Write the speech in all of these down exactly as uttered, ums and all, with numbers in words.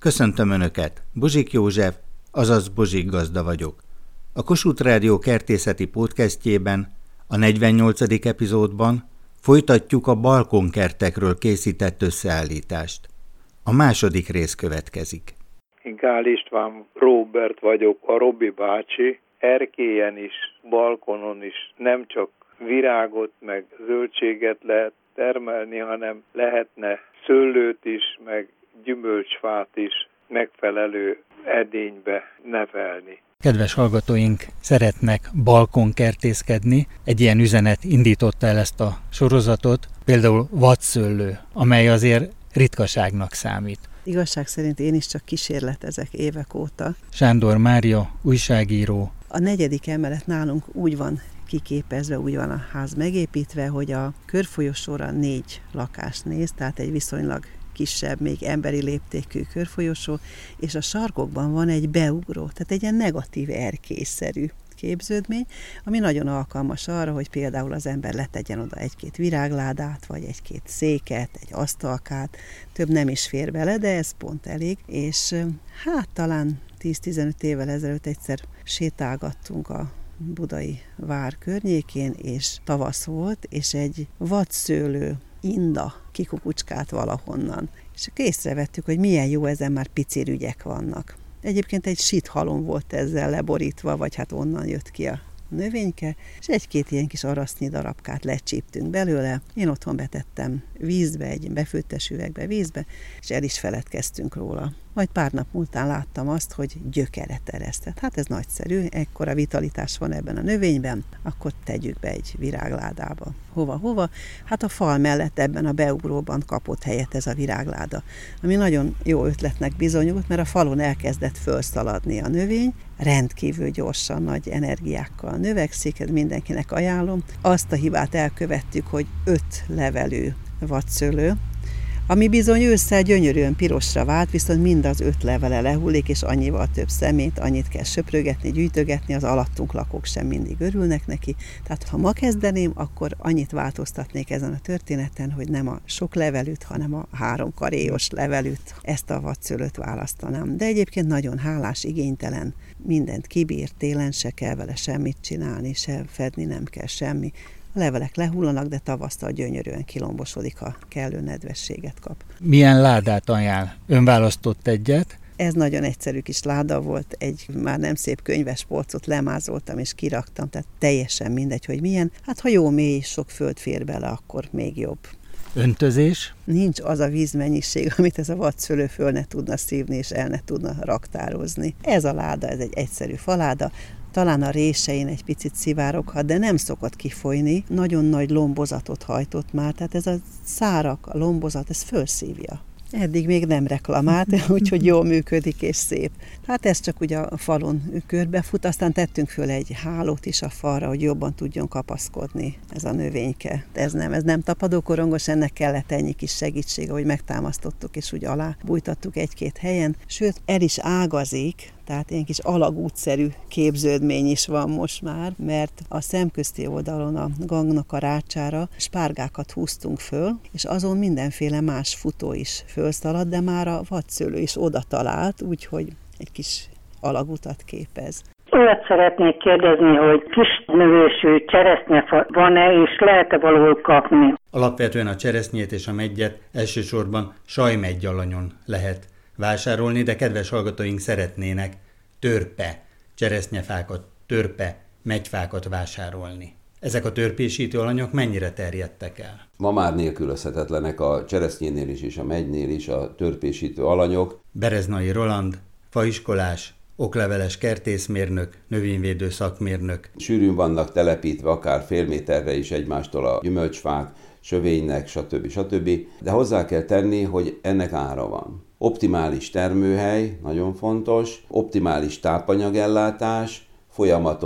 Köszöntöm Önöket, Bozsik József, azaz Bozsik Gazda vagyok. A Kossuth Rádió kertészeti podcastjében, a negyvennyolcadik epizódban folytatjuk a balkonkertekről készített összeállítást. A második rész következik. Gál István Róbert vagyok, a Robi bácsi. Erkélyen is, balkonon is nem csak virágot meg zöldséget lehet termelni, hanem lehetne szőlőt is, meg gyümölcsfát is megfelelő edénybe nevelni. Kedves hallgatóink szeretnek balkonkertészkedni. Egy ilyen üzenet indította el ezt a sorozatot, például vadszőlő, amely azért ritkaságnak számít. Igazság szerint én is csak kísérletezek évek óta. Sándor Mária, újságíró. A negyedik emelet nálunk úgy van kiképezve, úgy van a ház megépítve, hogy a körfolyosóra négy lakást néz, tehát egy viszonylag kisebb, még emberi léptékű körfolyosó, és a sarkokban van egy beugró, tehát egy ilyen negatív erkélyszerű képződmény, ami nagyon alkalmas arra, hogy például az ember letegyen oda egy-két virágládát, vagy egy-két széket, egy asztalkát, több nem is fér bele, de ez pont elég, és hát talán tíz-tizenöt évvel ezelőtt egyszer sétálgattunk a budai vár környékén, és tavasz volt, és egy vadszőlő inda kikukucskált valahonnan. És akkor észrevettük, hogy milyen jó, ezen már pici rügyek vannak. Egyébként egy sithalom volt ezzel leborítva, vagy hát onnan jött ki a növényke, és egy-két ilyen kis arasznyi darabkát lecsíptünk belőle. Én otthon betettem vízbe, egy befőttes üvegbe vízbe, és el is feledkeztünk róla. Majd pár nap múltán láttam azt, hogy gyökeret eresztett. Hát ez nagyszerű, ekkora vitalitás van ebben a növényben, akkor tegyük be egy virágládába. Hova, hova? Hát a fal mellett ebben a beugróban kapott helyet ez a virágláda, ami nagyon jó ötletnek bizonyult, mert a falon elkezdett fölszaladni a növény, rendkívül gyorsan, nagy energiákkal növekszik, ez mindenkinek ajánlom. Azt a hibát elkövettük, hogy öt levelű vadszőlő, ami bizony ősszel gyönyörűen pirosra vált, viszont mind az öt levele lehullik, és annyival több szemét, annyit kell söprögetni, gyűjtögetni, az alattunk lakók sem mindig örülnek neki. Tehát ha ma kezdeném, akkor annyit változtatnék ezen a történeten, hogy nem a sok levelűt, hanem a három karéjos levelűt, ezt a vadszőlőt választanám. De egyébként nagyon hálás, igénytelen, mindent kibír, télen se kell vele semmit csinálni, se fedni nem kell semmi. A levelek lehullanak, de tavasztal gyönyörűen kilombosodik, ha kellő nedvességet kap. Milyen ládát ajánl? Ön választott egyet? Ez nagyon egyszerű kis láda volt, egy már nem szép könyves polcot lemázoltam és kiraktam, tehát teljesen mindegy, hogy milyen. Hát ha jó mély, sok föld fér bele, akkor még jobb. Öntözés? Nincs az a vízmennyiség, amit ez a vadszőlő föl ne tudna szívni és el ne tudna raktározni. Ez a láda, ez egy egyszerű faláda, talán a résein egy picit szivároghat, de nem szokott kifolyni. Nagyon nagy lombozatot hajtott már, tehát ez a szárak, a lombozat, ez fölszívja. Eddig még nem reklamált, úgyhogy jól működik és szép. Hát ez csak ugye a falon körbefut, aztán tettünk föl egy hálót is a falra, hogy jobban tudjon kapaszkodni ez a növényke. Ez nem, ez nem tapadókorongos, ennek kellett ennyi kis segítség, ahogy megtámasztottuk és úgy alá bújtattuk egy-két helyen. Sőt, el is ágazik, tehát ilyen kis alagútszerű képződmény is van most már, mert a szemközti oldalon a gangnak a rácsára spárgákat húztunk föl, és azon mindenféle más futó is fölszaladt, de már a vadszőlő is oda talált, úgyhogy egy kis alagutat képez. Olyat szeretnék kérdezni, hogy kis növésű cseresznyefa van-e, és lehet-e valahol kapni? Alapvetően a cseresznyét és a meggyet elsősorban sajmegyalanyon lehet vásárolni, de kedves hallgatóink szeretnének törpe cseresznyefákat, törpe megyfákat vásárolni. Ezek a törpésítő alanyok mennyire terjedtek el? Ma már nélkülözhetetlenek a cseresznyénél is és a megynél is a törpésítő alanyok. Bereznai Roland, faiskolás, okleveles kertészmérnök, növényvédő szakmérnök. Sűrűn vannak telepítve akár fél méterre is egymástól a gyümölcsfák, sövénynek, stb. stb. De hozzá kell tenni, hogy ennek ára van. Optimális termőhely, nagyon fontos, optimális tápanyagellátás, folyamatos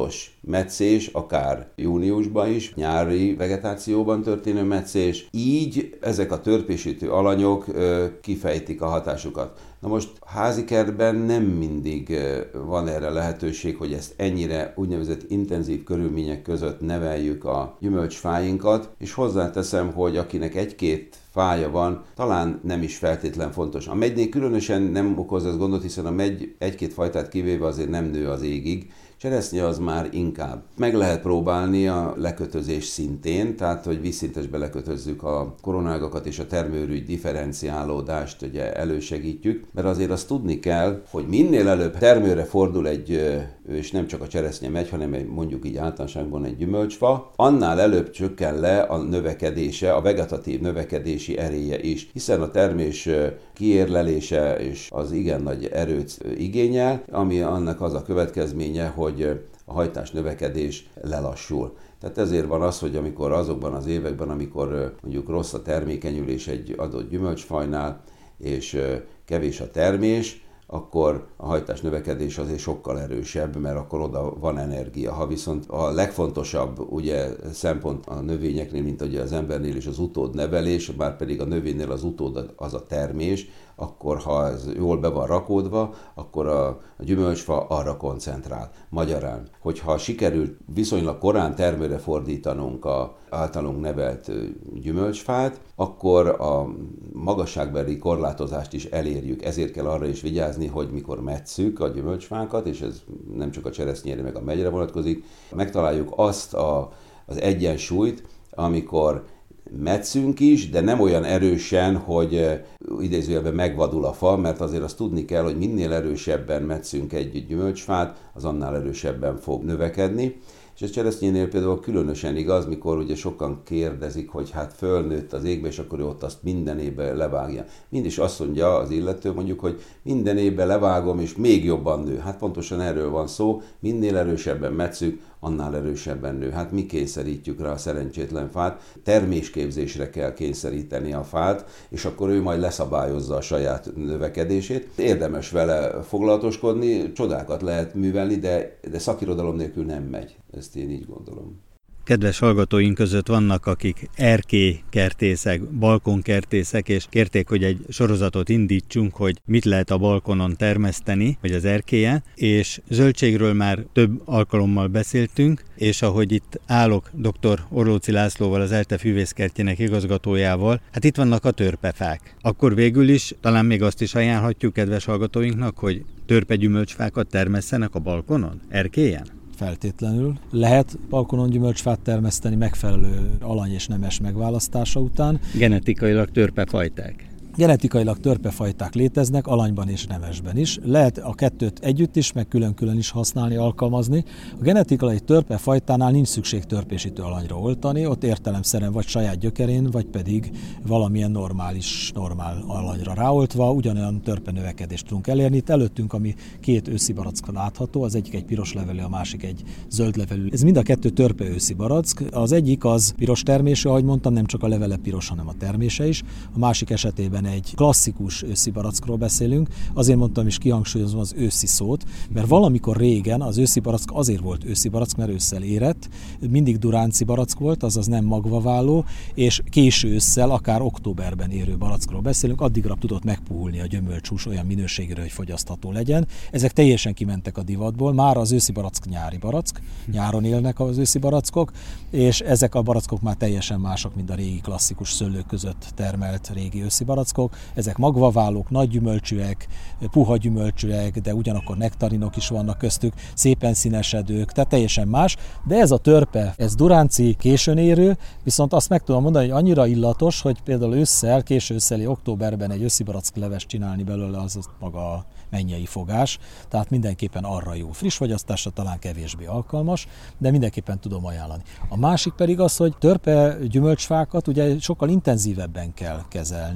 metszés, akár júniusban is, nyári vegetációban történő metszés, így ezek a törpésítő alanyok kifejtik a hatásukat. Na most házi kertben nem mindig van erre lehetőség, hogy ezt ennyire úgynevezett intenzív körülmények között neveljük a gyümölcsfáinkat, és hozzáteszem, hogy akinek egy-két fája van, talán nem is feltétlen fontos. A megynél különösen nem okoz ez gondot, hiszen a megy egy-két fajtát kivéve azért nem nő az égig, cseresznye az már inkább. Meg lehet próbálni a lekötözés szintén, tehát hogy vízszintesbe lekötözzük a koronágakat és a termőrügy differenciálódást ugye elősegítjük, mert azért azt tudni kell, hogy minél előbb termőre fordul egy, és nem csak a cseresznye megy, hanem egy, mondjuk így általánosságban egy gyümölcsfa, annál előbb csökken le a növekedése, a vegetatív növekedési eréje is, hiszen a termés kiérlelése és az igen nagy erőt igényel, ami annak az a következménye, hogy a hajtás növekedés lelassul. Tehát ezért van az, hogy amikor azokban az években, amikor mondjuk rossz a termékenyülés egy adott gyümölcsfajnál, és kevés a termés, akkor a hajtás növekedés azért sokkal erősebb, mert akkor oda van energia. Ha viszont a legfontosabb ugye, szempont a növényeknél, mint ugye az embernél is az utódnevelés, bár pedig a növénynél az utód az a termés, akkor ha ez jól be van rakódva, akkor a, a gyümölcsfa arra koncentrál. Magyarán, hogyha sikerült viszonylag korán termőre fordítanunk a általunk nevelt gyümölcsfát, akkor a magasságbeli korlátozást is elérjük. Ezért kell arra is vigyázni, hogy mikor metszük a gyümölcsfákat, és ez nem csak a cseresznyére, meg a megyre vonatkozik, megtaláljuk azt a, az egyensúlyt, amikor metszünk is, de nem olyan erősen, hogy idézőjelben megvadul a fa, mert azért azt tudni kell, hogy minél erősebben metszünk egy gyümölcsfát, az annál erősebben fog növekedni. És ez cseresznyénél például különösen igaz, mikor ugye sokan kérdezik, hogy hát fölnőtt az égbe, és akkor ő ott azt minden évben levágja. Mind is azt mondja az illető mondjuk, hogy minden évben levágom, és még jobban nő. Hát pontosan erről van szó, minél erősebben metszük, annál erősebben nő. Hát mi kényszerítjük rá a szerencsétlen fát, termésképzésre kell kényszeríteni a fát, és akkor ő majd leszabályozza a saját növekedését. Érdemes vele foglalatoskodni, csodákat lehet művelni, de, de szakirodalom nélkül nem megy. Ezt én így gondolom. Kedves hallgatóink között vannak, akik erkélykertészek, balkonkertészek, és kérték, hogy egy sorozatot indítsunk, hogy mit lehet a balkonon termeszteni, vagy az erkélyen, és zöldségről már több alkalommal beszéltünk, és ahogy itt állok dr. Orlóczy Lászlóval, az ELTE fűvészkertjének igazgatójával, hát itt vannak a törpefák. Akkor végül is talán még azt is ajánlhatjuk kedves hallgatóinknak, hogy törpegyümölcsfákat termesszenek a balkonon, erkélyen? Feltétlenül. Lehet balkonon gyümölcsfát termeszteni megfelelő alany és nemes megválasztása után. Genetikailag törpefajták. Genetikailag törpefajták léteznek, alanyban és nemesben is. Lehet a kettőt együtt is, meg külön-külön is használni, alkalmazni. A genetikai törpefajtánál nincs szükség törpésítő alanyra oltani, ott értelemszerűen vagy saját gyökerén, vagy pedig valamilyen normális, normál alanyra ráoltva ugyanolyan törpenövekedést tudunk elérni. Itt előttünk, ami két őszi barack látható, az egyik egy piros levelű, a másik egy zöld levelű. Ez mind a kettő törpe őszi barack. Az egyik az piros termésű, ahogy mondtam, nem csak a levele piros, hanem a termése is. A másik esetében egy klasszikus őszi barackról beszélünk, azért mondtam is kihangsúlyozom az őszi szót, mert valamikor régen az őszi barack azért volt őszi barack, mert ősszel érett, mindig duránci barack volt, azaz nem magvaváló, és késő ősszel, akár októberben érő barackról beszélünk, addigra tudott megpuhulni a gyümölcshús olyan minőségre, hogy fogyasztható legyen. Ezek teljesen kimentek a divatból, már az őszi barack nyári barack, nyáron élnek az őszi barackok, és ezek a barackok már teljesen mások, mint a régi klasszikus szőlők között termelt régi őszi barackok. Ezek magvaválók, nagy gyümölcsűek, puha gyümölcsűek, de ugyanakkor nektarinok is vannak köztük, szépen színesedők, tehát teljesen más. De ez a törpe, ez duránci, későn érő, viszont azt meg tudom mondani, hogy annyira illatos, hogy például ősszel, késő ősszeli októberben egy őszi barack leves csinálni belőle, az maga a mennyei fogás, tehát mindenképpen arra jó. Friss fogyasztásra talán kevésbé alkalmas, de mindenképpen tudom ajánlani. A másik pedig az, hogy törpe gyümölcsfákat ugye sokkal intenzívebben kell kezelnünk, tehát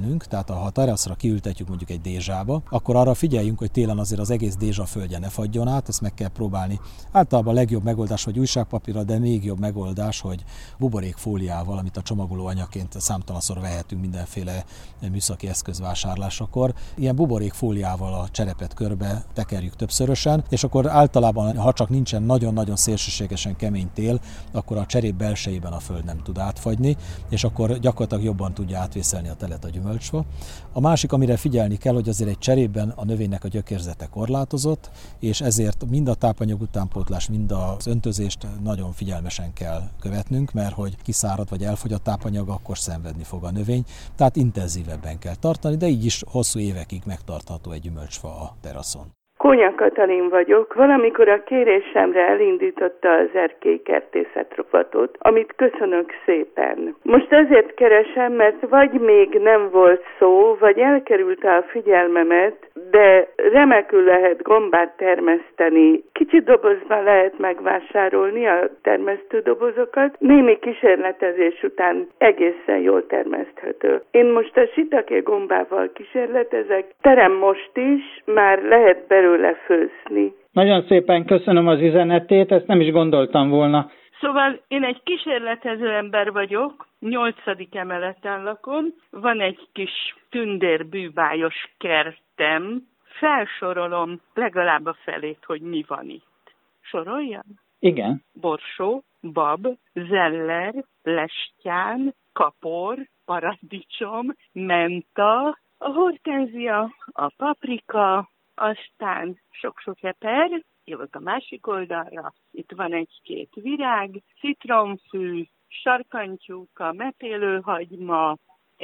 ha a teraszra kiültetjük mondjuk egy dézsába, akkor arra figyeljünk, hogy télen azért az egész dézsa földje ne fagyjon át, ezt meg kell próbálni. Általában a legjobb megoldás, hogy újságpapírra, de még jobb megoldás, hogy buborékfóliával, amit a csomagoló anyaként számtalanszor vehetünk mindenféle műszaki eszközvásárlásakor. Ilyen buborékfóliával a cserepet körbe tekerjük többszörösen, és akkor általában, ha csak nincsen nagyon-nagyon szélsőségesen kemény tél, akkor a cserép belsejében a föld nem tud átfagyni, és akkor gyakorlatilag jobban tudja átvészelni a telet a gyümölcsfa. A másik, amire figyelni kell, hogy azért egy cserépben a növénynek a gyökérzete korlátozott, és ezért mind a tápanyag utánpótlás, mind az öntözést nagyon figyelmesen kell követnünk, mert hogy kiszárad vagy elfogy a tápanyag, akkor szenvedni fog a növény, tehát intenzívebben kell tartani, de így is hosszú évekig megtartható egy gyümölcsfa a teraszon. Kónya Katalin vagyok. Valamikor a kérésemre elindította az erkélykertészet rovatot, amit köszönök szépen. Most azért keresem, mert vagy még nem volt szó, vagy elkerülte a figyelmemet, de remekül lehet gombát termeszteni. Kicsi dobozban lehet megvásárolni a termesztődobozokat. Némi kísérletezés után egészen jól termeszthető. Én most a shiitake gombával kísérletezek. Terem most is, már lehet belőle lefőzni. Nagyon szépen köszönöm az üzenetét, ezt nem is gondoltam volna. Szóval én egy kísérletező ember vagyok, nyolcadik emeleten lakom, van egy kis tündérbűbájos kertem, felsorolom legalább a felét, hogy mi van itt. Soroljam? Igen. Borsó, bab, zeller, lestyán, kapor, paradicsom, menta, a hortenzia, a paprika, aztán sok-sok eper, jövök a másik oldalra, itt van egy-két virág, citromfű, sarkantyúka, metélőhagyma,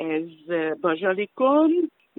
ez bazsalikom,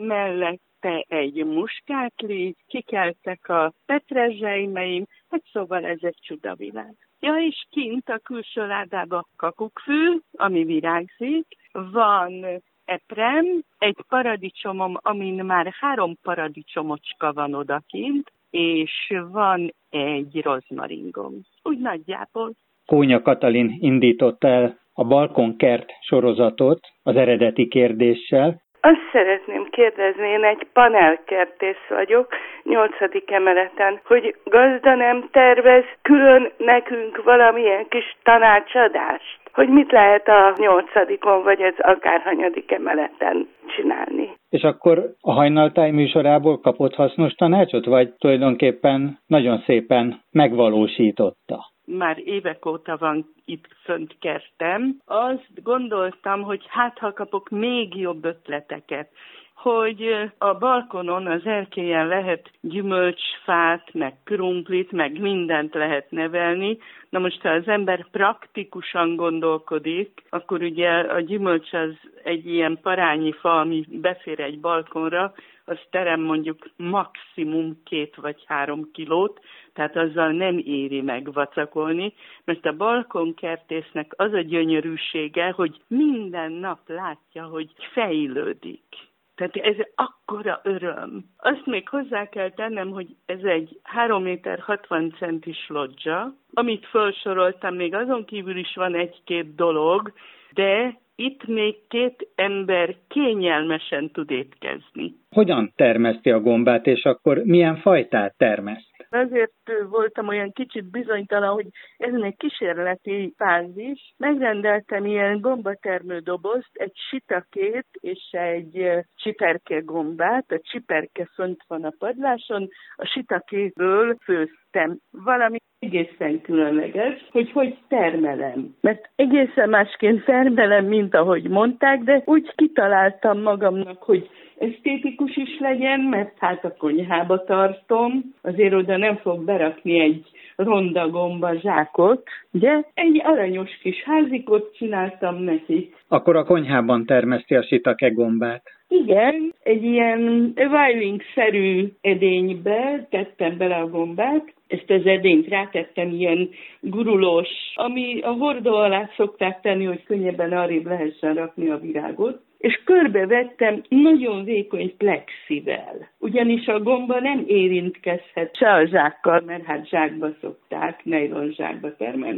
mellette egy muskátli, kikeltek a petrezselymeim, hát szóval ez egy csudavilág. Ja, és kint a külső ládában kakukkfű, ami virágzik, van eprem, egy paradicsomom, amin már három paradicsomocska van odakint, és van egy rozmaringom. Úgy nagyjából. Kónya Katalin indított el a Balkonkert sorozatot az eredeti kérdéssel. Azt szeretném kérdezni, én egy panelkertész vagyok, nyolcadik emeleten, hogy gazda nem tervez külön nekünk valamilyen kis tanácsadást? Hogy mit lehet a nyolcadikon, vagy ez akárhanyadik emeleten csinálni. És akkor a Hajnaltáj műsorából kapott hasznos tanácsot, vagy tulajdonképpen nagyon szépen megvalósította? Már évek óta van itt fönt kertem. Azt gondoltam, hogy hát ha kapok még jobb ötleteket, hogy a balkonon, az erkélyen lehet gyümölcsfát, meg krumplit, meg mindent lehet nevelni. Na most, ha az ember praktikusan gondolkodik, akkor ugye a gyümölcs az egy ilyen parányi fa, ami befér egy balkonra, az terem mondjuk maximum két vagy három kilót, tehát azzal nem éri meg vacakolni, mert a balkonkertésznek az a gyönyörűsége, hogy minden nap látja, hogy fejlődik. Tehát ez akkora öröm. Azt még hozzá kell tennem, hogy ez egy három méter hatvan centis lodzsa, amit felsoroltam, még azon kívül is van egy-két dolog, de itt még két ember kényelmesen tud étkezni. Hogyan termeszti a gombát, és akkor milyen fajtát termeszt? Azért voltam olyan kicsit bizonytalan, hogy ez egy kísérleti fázis. Megrendeltem ilyen gombatermő dobozt, egy shiitakét és egy csiperke gombát. A csiperke fönt van a padláson, a shiitakéből főztem valami egészen különleges, hogy hogy termelem. Mert egészen másként termelem, mint ahogy mondták, de úgy kitaláltam magamnak, hogy esztétikus is legyen, mert hát a konyhába tartom, azért oda nem fog berakni egy ronda gomba zsákot, de egy aranyos kis házikot csináltam neki. Akkor a konyhában termeszti a shiitake gombát? Igen, egy ilyen Weiling-szerű edénybe tettem bele a gombát, ezt az edényt rátettem ilyen gurulós, ami a hordó alá szokták tenni, hogy könnyebben arrébb lehessen rakni a virágot, és körbevettem nagyon vékony plexivel. Ugyanis a gomba nem érintkezhet se a zsákkal, mert hát zsákba szokták, nejlon zsákba termelni,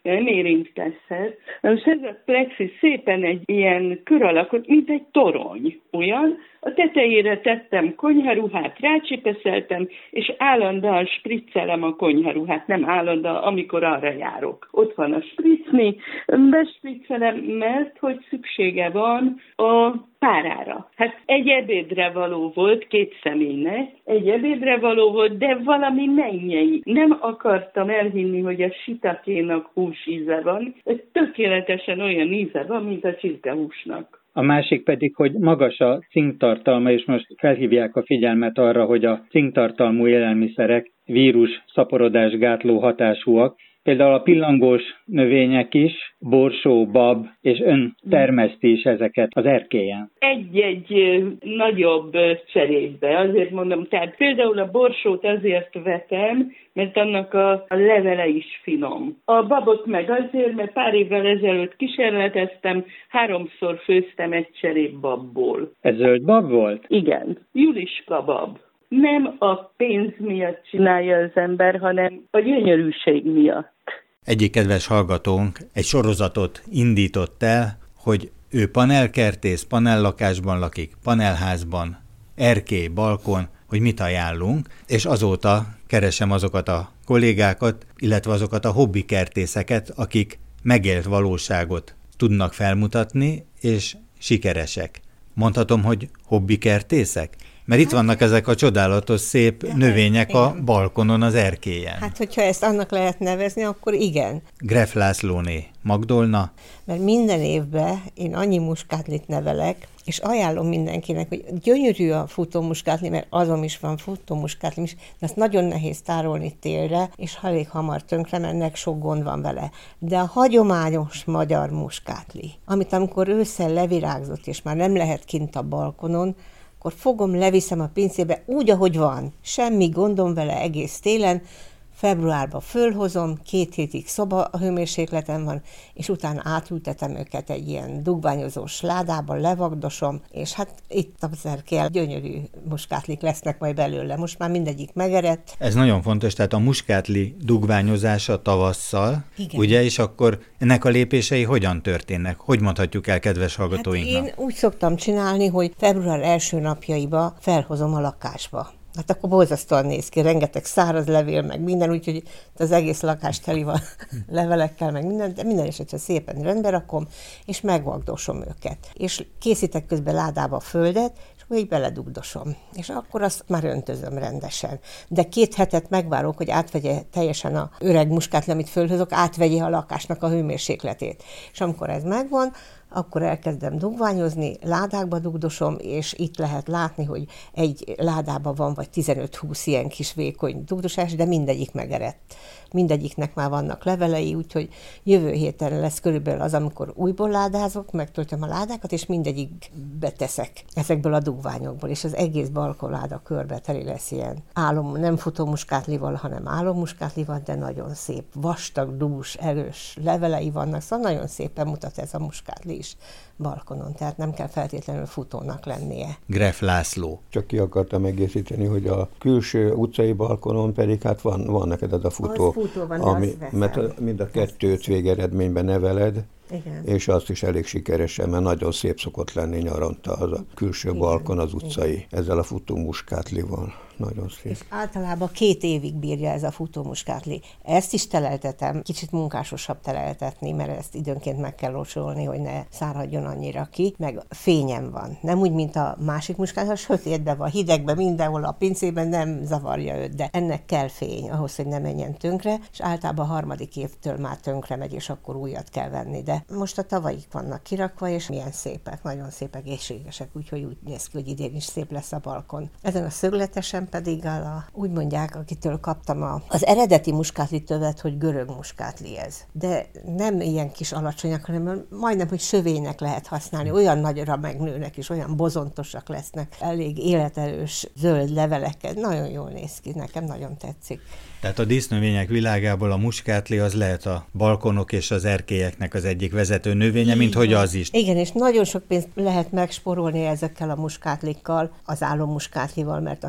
nem érintkezhet. Most ez a plexis szépen egy ilyen kör alakot, mint egy torony, olyan. A tetejére tettem konyharuhát, rácsipeszeltem, és állandóan spriccelem a konyharuhát, nem állandóan, amikor arra járok. Ott van a spricni, bespriccelem, mert hogy szüksége van a párára. Hát egy ebédre való volt, két személynek, egy ebédre való volt, de valami mennyei. Nem akartam elhinni, hogy a sitakénak húsíze van, ez tökéletesen olyan íze van, mint a csirkehúsnak. A másik pedig, hogy magas a cinktartalma, és most felhívják a figyelmet arra, hogy a cinktartalmú élelmiszerek vírus szaporodás gátló hatásúak. Például a pillangós növények is, borsó, bab, és ön termeszti is ezeket az erkélyen. Egy-egy nagyobb cserébe, azért mondom, tehát például a borsót azért vetem, mert annak a levele is finom. A babot meg azért, mert pár évvel ezelőtt kísérleteztem, háromszor főztem egy cserép babból. Ez zöld bab volt? Igen, juliska bab. Nem a pénz miatt csinálja az ember, hanem a gyönyörűség miatt. Egyik kedves hallgatónk egy sorozatot indított el, hogy ő panelkertész, panellakásban lakik, panelházban, erkély, balkon, hogy mit ajánlunk, és azóta keresem azokat a kollégákat, illetve azokat a hobbikertészeket, akik megélt valóságot tudnak felmutatni, és sikeresek. Mondhatom, hogy hobbikertészek? Mert itt vannak ezek a csodálatos, szép ja, növények igen. A balkonon, az erkélyen. Hát, hogyha ezt annak lehet nevezni, akkor igen. Greff Lászlóné, Magdolna. Mert minden évben én annyi muskátlit nevelek, és ajánlom mindenkinek, hogy gyönyörű a futómuskátli, mert azon is van futómuskátli is, de azt nagyon nehéz tárolni télre, és elég hamar tönkre mennek, sok gond van vele. De a hagyományos magyar muskátli, amit amikor ősszel levirágzott, és már nem lehet kint a balkonon, akkor fogom, leviszem a pincébe úgy, ahogy van. Semmi gondom vele egész télen. Februárban fölhozom, két hétig szoba hőmérsékleten van, és utána átültetem őket egy ilyen dugványozós ládába, levagdosom, és hát itt az erkély gyönyörű muskátlik lesznek majd belőle. Most már mindegyik megerett. Ez nagyon fontos, tehát a muskátli dugványozása tavasszal, igen. Ugye, és akkor ennek a lépései hogyan történnek? Hogy mondhatjuk el kedves hallgatóinknak? Hát én úgy szoktam csinálni, hogy február első napjaiba felhozom a lakásba. Hát akkor borzasztóan néz ki, rengeteg száraz levél, meg minden, úgyhogy az egész lakás teli van levelekkel, meg minden, de minden esetre szépen rendbe rakom, és megvagdosom őket. És készítek közben ládába a földet, és akkor így beledugdosom. És akkor azt már öntözöm rendesen. De két hetet megvárok, hogy átvegye teljesen a öreg muskátli, amit fölhozok, átvegye a lakásnak a hőmérsékletét. És amikor ez megvan, akkor elkezdem dugványozni, ládákba dugdosom, és itt lehet látni, hogy egy ládában van vagy tizenöt-húsz ilyen kis vékony dugdosás, de mindegyik megerett. Mindegyiknek már vannak levelei, úgyhogy jövő héten lesz körülbelül az, amikor újból ládázok, megtöltöm a ládákat, és mindegyik beteszek ezekből a dugványokból, és az egész balkonláda körbe teli lesz ilyen álom, nem futómuskátlival, hanem álommuskátlival, de nagyon szép, vastag, dús, erős levelei vannak, szóval nagyon szépen mutat ez a muskátli is balkonon, tehát nem kell feltétlenül futónak lennie. Greff László. Csak ki akartam egészíteni, hogy a külső utcai balkonon pedig hát van, van neked az a futó, az futó van, ami, mert mind a kettőt végeredményben neveled, igen. És azt is elég sikeresen, mert nagyon szép szokott lenni nyaranta az a külső igen, balkon, az utcai, igen. Ezzel a futó muskátlival. Nagyon szép. És általában két évig bírja ez a futómuskátli. Ezt is teleltetem, kicsit munkásosabb teleltetni, mert ezt időnként meg kell locsolni, hogy ne száradjon annyira ki, meg fényem van. Nem úgy, mint a másik muskátli, a sötétben van, hidegben, mindenhol a pincében nem zavarja őt, de ennek kell fény ahhoz, hogy ne menjen tönkre, és általában a harmadik évtől már tönkre megy, és akkor újat kell venni. De most a tavaik vannak kirakva, és milyen szépek, nagyon szépek, egészségesek, úgyhogy úgy néz ki, hogy idén is szép lesz a balkon. Ezen a szögletesen pedig a, úgy mondják, akitől kaptam a, az eredeti muskátli tövet, hogy görög muskátli ez. De nem ilyen kis alacsonyak, hanem majdnem, hogy sövénynek lehet használni. Olyan nagyra megnőnek, és olyan bozontosak lesznek. Elég életerős zöld levelekkel. Nagyon jól néz ki, nekem nagyon tetszik. Tehát a dísznövények világából a muskátli az lehet a balkonok és az erkélyeknek az egyik vezető növénye, mint hogy az is. Igen, és nagyon sok pénzt lehet megsporolni ezekkel a muskátlikkal, az álommuskátlival, mert aki csak egy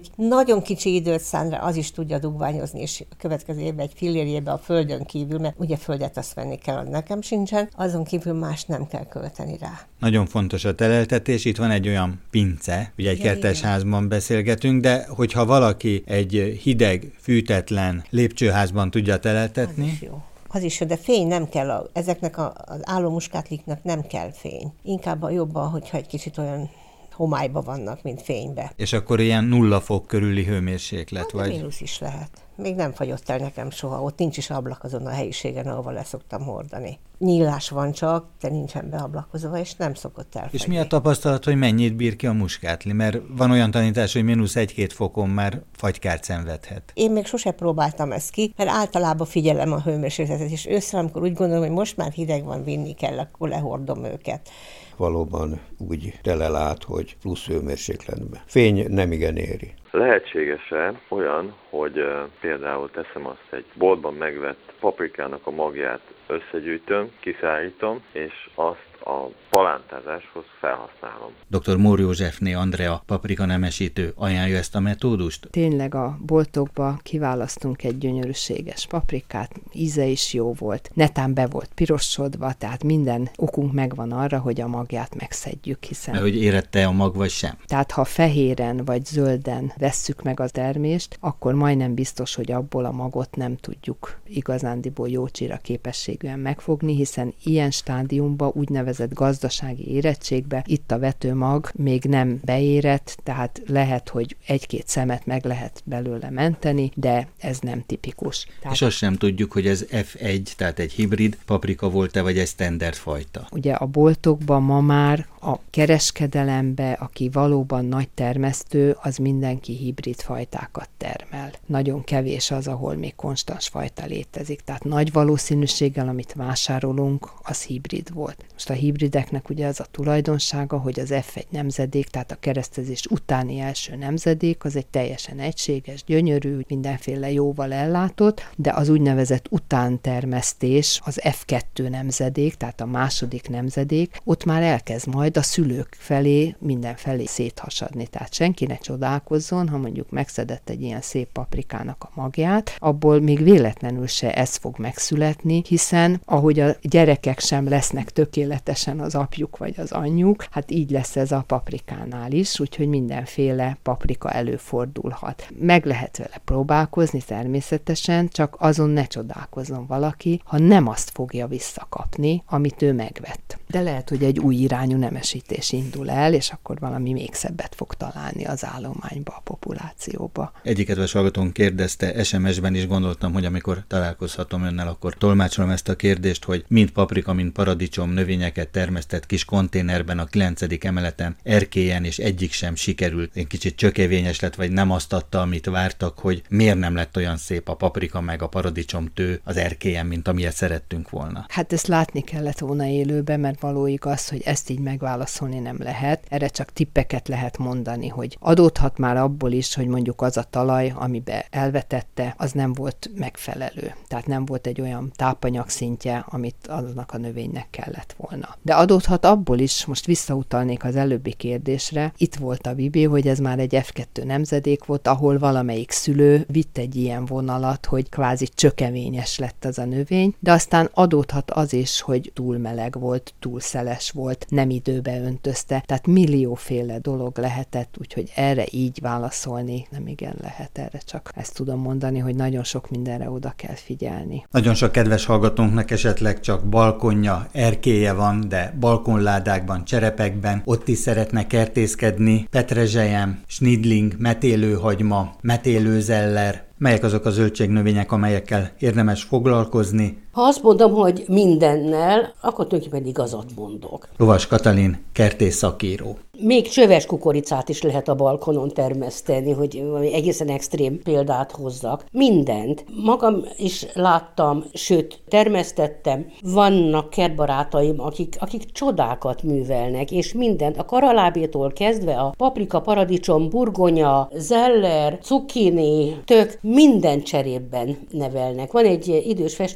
egy nagyon kicsi időt szán rá, az is tudja dugványozni, és a következő évben egy fillérjébe a földön kívül, mert ugye földet azt venni kell, nekem sincsen, azon kívül más nem kell költeni rá. Nagyon fontos a teleltetés, itt van egy olyan pince, ugye egy ja, kertesházban beszélgetünk, de hogyha valaki egy hideg, fűtetlen lépcsőházban tudja teleltetni, az is jó. Az is jó, de fény nem kell, a, ezeknek a, az álló muskátliknak nem kell fény. Inkább a jobban, hogyha egy kicsit olyan homályba vannak, mint fénybe. És akkor ilyen nulla fok körüli hőmérséklet, hát, vagy? Mínusz is lehet. Még nem fagyott el nekem soha, ott nincs is ablak azon a helyiségen, ahova leszoktam hordani. Nyílás van csak, de nincsen beablakozva, és nem szokott elfagyni. És mi a tapasztalat, hogy mennyit bír ki a muskátli? Mert van olyan tanítás, hogy mínusz egy-két fokon már fagykárt szenvedhet. Én még sose próbáltam ezt ki, mert általában figyelem a hőmérsékletet, és ősszel, amikor úgy gondolom, hogy most már hideg van, vinni kell, akkor lehordom őket. Valóban úgy telelát, hogy plusz hőmérsékletben. Fény nem igen éri. Lehetséges-e olyan, hogy uh, például teszem azt, egy boltban megvett paprikának a magját összegyűjtöm, kiszállítom, és azt a palántázáshoz felhasználom. doktor Mór Józsefné Andrea, paprika nemesítő, ajánlja ezt a metódust? Tényleg a boltokba kiválasztunk egy gyönyörűséges paprikát, íze is jó volt, netán be volt pirosodva, tehát minden okunk megvan arra, hogy a magját megszedjük, hiszen... Mert hogy érette a mag vagy sem? Tehát ha fehéren vagy zölden vesszük meg a termést, akkor majdnem biztos, hogy abból a magot nem tudjuk igazándiból jócsira képességűen megfogni, hiszen ilyen stádiumban úgynevezett gazdasági érettségbe itt a vetőmag még nem beérett, tehát lehet, hogy egy-két szemet meg lehet belőle menteni, de ez nem tipikus. Tehát... És azt sem tudjuk, hogy ez ef egy, tehát egy hibrid paprika volt-e, vagy egy standard fajta. Ugye a boltokban ma már a kereskedelembe, aki valóban nagy termesztő, az mindenki hibrid fajtákat termel. Nagyon kevés az, ahol még konstans fajta létezik. Tehát nagy valószínűséggel, amit vásárolunk, az hibrid volt. Most a hibrideknek ugye az a tulajdonsága, hogy az ef egy nemzedék, tehát a keresztezés utáni első nemzedék, az egy teljesen egységes, gyönyörű, mindenféle jóval ellátott, de az úgynevezett utántermesztés, az ef kettő nemzedék, tehát a második nemzedék, ott már elkezd majd a szülők felé mindenfelé széthasadni. Tehát senki ne csodálkozzon, ha mondjuk megszedett egy ilyen szép paprikának a magját, abból még véletlenül se ez fog megszületni, hiszen ahogy a gyerekek sem lesznek tökéletesen az apjuk vagy az anyjuk, hát így lesz ez a paprikánál is, úgyhogy mindenféle paprika előfordulhat. Meg lehet vele próbálkozni természetesen, csak azon ne csodálkozzon valaki, ha nem azt fogja visszakapni, amit ő megvett. De lehet, hogy egy új irányú nemesítés indul el, és akkor valami még szebbet fog találni az állományba, a populációba. Egyik kedves hallgatón kérdezte, es em es-ben is gondoltam, hogy amikor találkozhatom önnel, akkor tolmácsolom ezt a kérdést, hogy mind paprika, mind paradicsom növényeket termesztett kis konténerben a kilencedik emeleten erkélyen, és egyik sem sikerült. Egy kicsit csökevényes lett, vagy nem azt adta, amit vártak, hogy miért nem lett olyan szép a paprika meg a paradicsom tő az erkélyen, mint amilyet szerettünk volna. Hát ezt látni kellett volna élőben, mert való igaz, hogy ezt így megválaszolni nem lehet. Erre csak tippeket lehet mondani, hogy adódhat már abból is, hogy mondjuk az a talaj, amiben elvetette, az nem volt megfelelő. Tehát nem volt egy olyan tápanyag szintje, amit annak a növénynek kellett volna. De adódhat abból is, most visszautalnék az előbbi kérdésre, itt volt a Bibi, hogy ez már egy ef kettő nemzedék volt, ahol valamelyik szülő vitt egy ilyen vonalat, hogy kvázi csökevényes lett az a növény, de aztán adódhat az is, hogy túl meleg volt, túl szeles volt, nem időbe öntözte, tehát millióféle dolog lehetett, úgyhogy erre így válaszolni nem igen lehet, erre csak ezt tudom mondani, hogy nagyon sok mindenre oda kell figyelni. Nagyon sok kedves hallgatónknak esetleg csak balkonja, erkélye van, de balkonládákban, cserepekben, ott is szeretne kertészkedni, petrezselyem, snidling, metélőhagyma, metélőzeller. Melyek azok a zöldségnövények, amelyekkel érdemes foglalkozni? Ha azt mondom, hogy mindennel, akkor tulajdonképpen igazat mondok. Lovas Katalin, kertész szakíró. Még csöves kukoricát is lehet a balkonon termeszteni, hogy egészen extrém példát hozzak. Mindent. Magam is láttam, sőt, termesztettem. Vannak kertbarátaim, akik, akik csodákat művelnek, és mindent. A karalábétól kezdve a paprika, paradicsom, burgonya, zeller, cukkini, tök, minden cserében nevelnek. Van egy idős festőművész,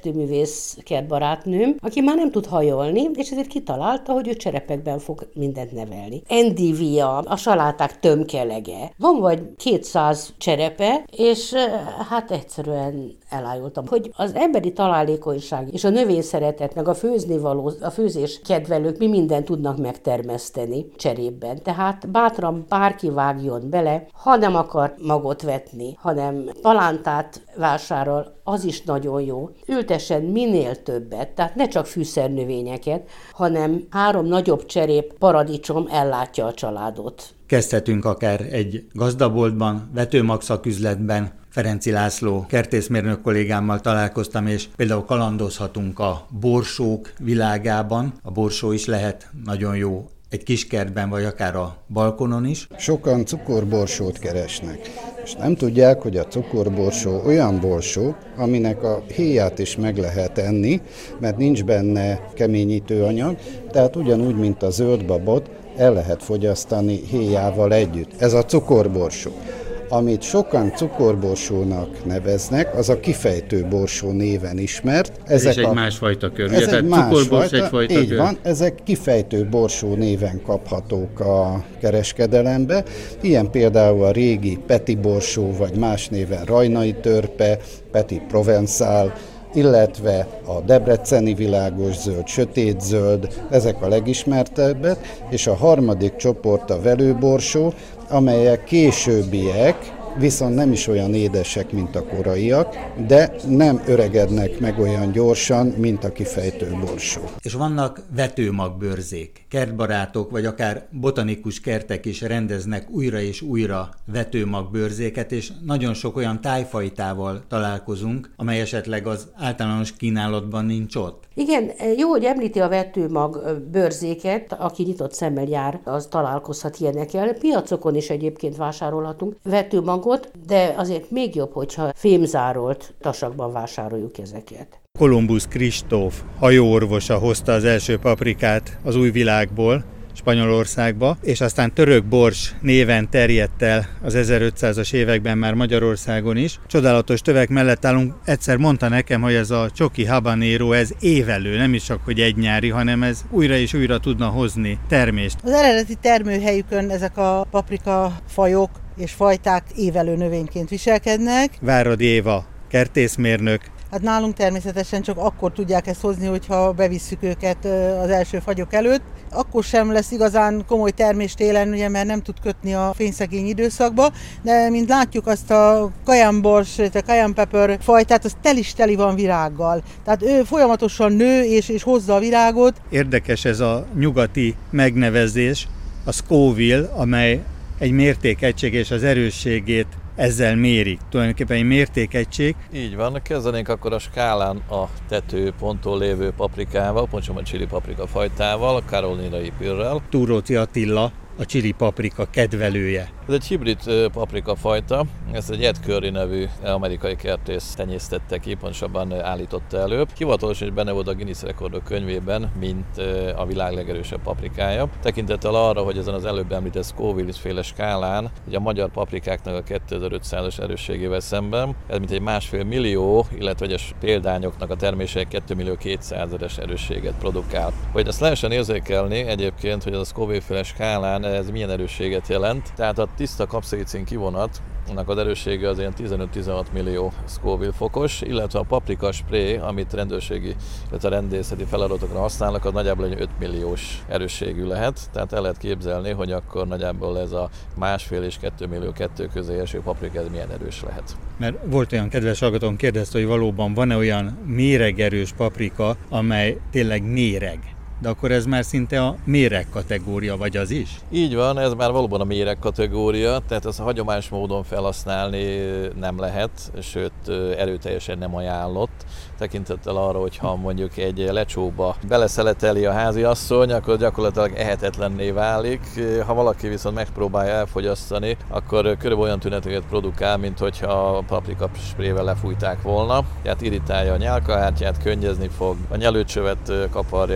sebész kertbarátnőm, aki már nem tud hajolni, és ezért kitalálta, hogy ő cserepekben fog mindent nevelni. Endivia, a saláták tömkelege. Van vagy kétszáz cserepe, és hát egyszerűen elájultam, hogy az emberi találékonyság és a növényszeretet, meg a főzni való, a főzés kedvelők mi mindent tudnak megtermeszteni cserében. Tehát bátran bárki vágjon bele, ha nem akar magot vetni, hanem palántát vásárol, az is nagyon jó. Ültessen minél többet, tehát ne csak fűszernövényeket, hanem három nagyobb cserép paradicsom ellátja a családot. Kezdhetünk akár egy gazdaboltban, vetőmag szaküzletben. Ferenci László kertészmérnök kollégámmal találkoztam, és például kalandozhatunk a borsók világában. A borsó is lehet nagyon jó egy kiskertben, vagy akár a balkonon is. Sokan cukorborsót keresnek, és nem tudják, hogy a cukorborsó olyan borsó, aminek a héját is meg lehet enni, mert nincs benne keményítő anyag, tehát ugyanúgy, mint a zöldbabot, el lehet fogyasztani héjával együtt. Ez a cukorborsó. Amit sokan cukorborsónak neveznek, az a kifejtő borsó néven ismert. Ezek ez egy a, másfajta kör, ez ugye? Egy Cukorborsz egyfajta kör. Így van, ezek kifejtő borsó néven kaphatók a kereskedelembe. Ilyen például a régi Peti borsó, vagy más néven Rajnai törpe, Peti Provençal, illetve a debreceni világos zöld, sötét zöld, ezek a legismertebbek, és a harmadik csoport a velőborsó, amelyek későbbiek, viszont nem is olyan édesek, mint a koraiak, de nem öregednek meg olyan gyorsan, mint a kifejtő borsó. És vannak vetőmagbőrzék. Kertbarátok, vagy akár botanikus kertek is rendeznek újra és újra vetőmagbőrzéket, és nagyon sok olyan tájfajtával találkozunk, amely esetleg az általános kínálatban nincs ott. Igen, jó, hogy említi a vetőmag bőrzéket, aki nyitott szemmel jár, az találkozhat ilyenekkel. Piacokon is egyébként vásárolhatunk vetőmagot, de azért még jobb, hogyha fémzárolt tasakban vásároljuk ezeket. Kolumbusz Kristóf hajóorvosa hozta az első paprikát az új világból, Spanyolországba, és aztán török bors néven terjedt el az ezerötszázas években már Magyarországon is. Csodálatos tövek mellett állunk, egyszer mondta nekem, hogy ez a csoki habanero, ez évelő, nem is csak, hogy egy nyári, hanem ez újra és újra tudna hozni termést. Az eredeti termőhelyükön ezek a paprika fajok és fajták évelő növényként viselkednek. Váradi Éva, kertészmérnök. Hát nálunk természetesen csak akkor tudják ezt hozni, hogyha bevisszük őket az első fagyok előtt. Akkor sem lesz igazán komoly termés télen, ugye, mert nem tud kötni a fényszegény időszakba, de mint látjuk azt a kajánbors, a cayenne pepper fajtát, az tel is teli van virággal. Tehát ő folyamatosan nő és, és hozza a virágot. Érdekes ez a nyugati megnevezés, a Scoville, amely egy mértékegység és az erősségét ezzel mérik. Tulajdonképpen egy mértékegység. Így van, kezdenénk akkor a skálán a tetőponttól lévő paprikával, pontosan a chili paprika fajtával, a Carolina Reaperrel. Túróci Attila, a chili paprika kedvelője. Ez egy hibrid paprika fajta, ezt egy Ed Curry nevű amerikai kertész tenyésztette ki, pontosabban állította elő. Hivatalosan is benne volt a Guinness rekordok könyvében, mint a világ legerősebb paprikája. Tekintettel arra, hogy ezen az előbb említett Scoville-féle skálán, ugye a magyar paprikáknak a kétezer-ötszázas erősségével szemben, ez mint egy másfél millió, illetve egyes példányoknak a termése két millió kétszázeres erősséget produkál. Hogy ezt lehessen érzékelni egyébként, hogy az a Scoville-féle skálán ez milyen erősséget jelent, tehát a tiszta kapszaicin kivonat, annak az erőssége az ilyen tizenöt-tizenhat millió Scoville fokos, illetve a paprika spray, amit rendőrségi, illetve rendészeti feladatokra használnak, az nagyjából egy öt milliós erősségű lehet. Tehát el lehet képzelni, hogy akkor nagyjából ez a másfél és kettő millió kettő közé eső paprika ez milyen erős lehet. Mert volt olyan kedves hallgatón, kérdezte, hogy valóban van-e olyan méregerős paprika, amely tényleg méreg. De akkor ez már szinte a méreg kategória, vagy az is? Így van, ez már valóban a méreg kategória, tehát ezt a hagyományos módon felhasználni nem lehet, sőt erőteljesen nem ajánlott. Tekintettel arra, hogyha mondjuk egy lecsóba beleszeleteli a háziasszony, akkor gyakorlatilag ehetetlenné válik. Ha valaki viszont megpróbálja elfogyasztani, akkor körülbelül olyan tüneteket produkál, mint hogyha a paprika sprével lefújták volna. Tehát irritálja a nyálkahártyát, könnyezni fog, a nyelőcsövet kaparja, tehát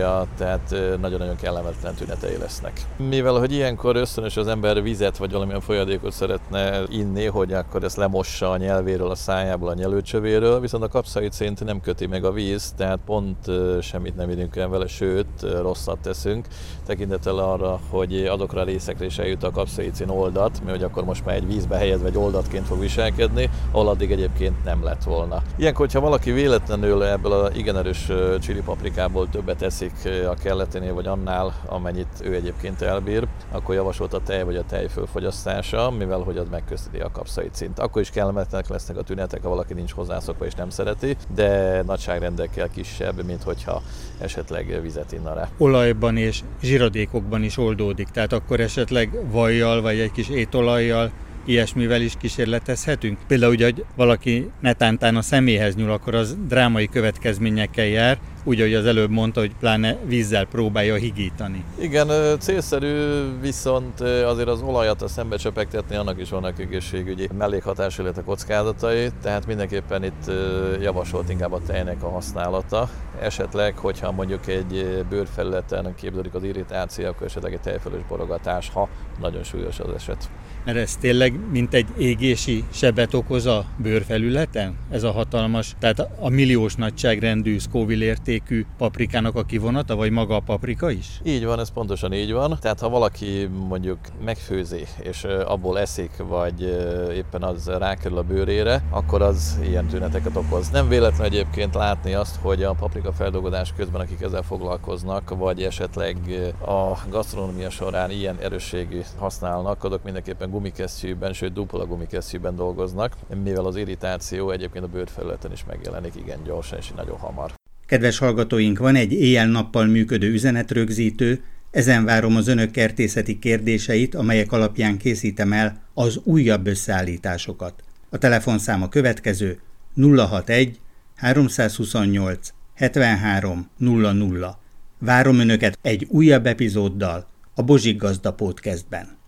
tehát nagyon-nagyon kellemetlen tünetei lesznek. Mivel, hogy ilyenkor ösztönös az ember vizet vagy valamilyen folyadékot szeretne inni, hogy akkor ezt lemossa a nyelvéről, a szájából, a nyelőcsövéről, viszont a kapszaicint nem köti meg a víz, tehát pont semmit nem idünk el vele, sőt, rosszat teszünk, tekintettel arra, hogy azokra a részekre is eljut a kapszaicin oldat, mert hogy akkor most már egy vízbe helyezve egy oldatként fog viselkedni, ahol addig egyébként nem lett volna. Ilyenkor, hogyha valaki véletlenül ebből a igen erős chili paprikából többet eszik a kelleténél vagy annál, amennyit ő egyébként elbír, akkor javasolt a tej vagy a tej fölfogyasztása, mivel hogy az megköszöni a kapszaicint. Akkor is kellemetlenek lesznek a tünetek, ha valaki nincs hozzászokva és nem szereti, de nagyságrendekkel kisebb, mint hogyha esetleg vizet inna rá. Olajban és zsiradékokban is oldódik, tehát akkor esetleg vajjal vagy egy kis étolajjal, ilyesmivel is kísérletezhetünk? Például, hogy valaki netántán a személyhez nyúl, akkor az drámai következményekkel jár, úgy, ahogy az előbb mondta, hogy pláne vízzel próbálja higítani. Igen, célszerű, viszont azért az olajat a szembe csepegtetni, annak is vannak egészségügyi mellékhatású, illetve kockázatai, tehát mindenképpen itt javasolt inkább a tejnek a használata. Esetleg, hogyha mondjuk egy bőrfelületen képződik az irritáció, akkor esetleg egy tejfölös borogatás, ha nagyon súlyos az eset. Mert ez tényleg mint egy égési sebet okoz a bőrfelületen? Ez a hatalmas, tehát a milliós nagyságrendű Scoville értékű paprikának a kivonata, vagy maga a paprika is? Így van, ez pontosan így van. Tehát ha valaki mondjuk megfőzi, és abból eszik, vagy éppen az rákerül a bőrére, akkor az ilyen tüneteket okoz. Nem véletlen egyébként látni azt, hogy a paprika feldolgozás közben, akik ezzel foglalkoznak, vagy esetleg a gasztronómia során ilyen erősségű használnak, azok mindenképpen gumikesztyűben, sőt dupla gumikesztyűben dolgoznak, mivel az irritáció egyébként a bőrfelületen is megjelenik igen gyorsan és nagyon hamar. Kedves hallgatóink, van egy éjjel-nappal működő üzenetrögzítő, ezen várom az önök kertészeti kérdéseit, amelyek alapján készítem el az újabb összeállításokat. A telefonszám a következő nulla hatvanegy háromszázhuszonnyolc hetvenhárom nulla nulla. Várom önöket egy újabb epizóddal a Bozsik Gazda Podcastben.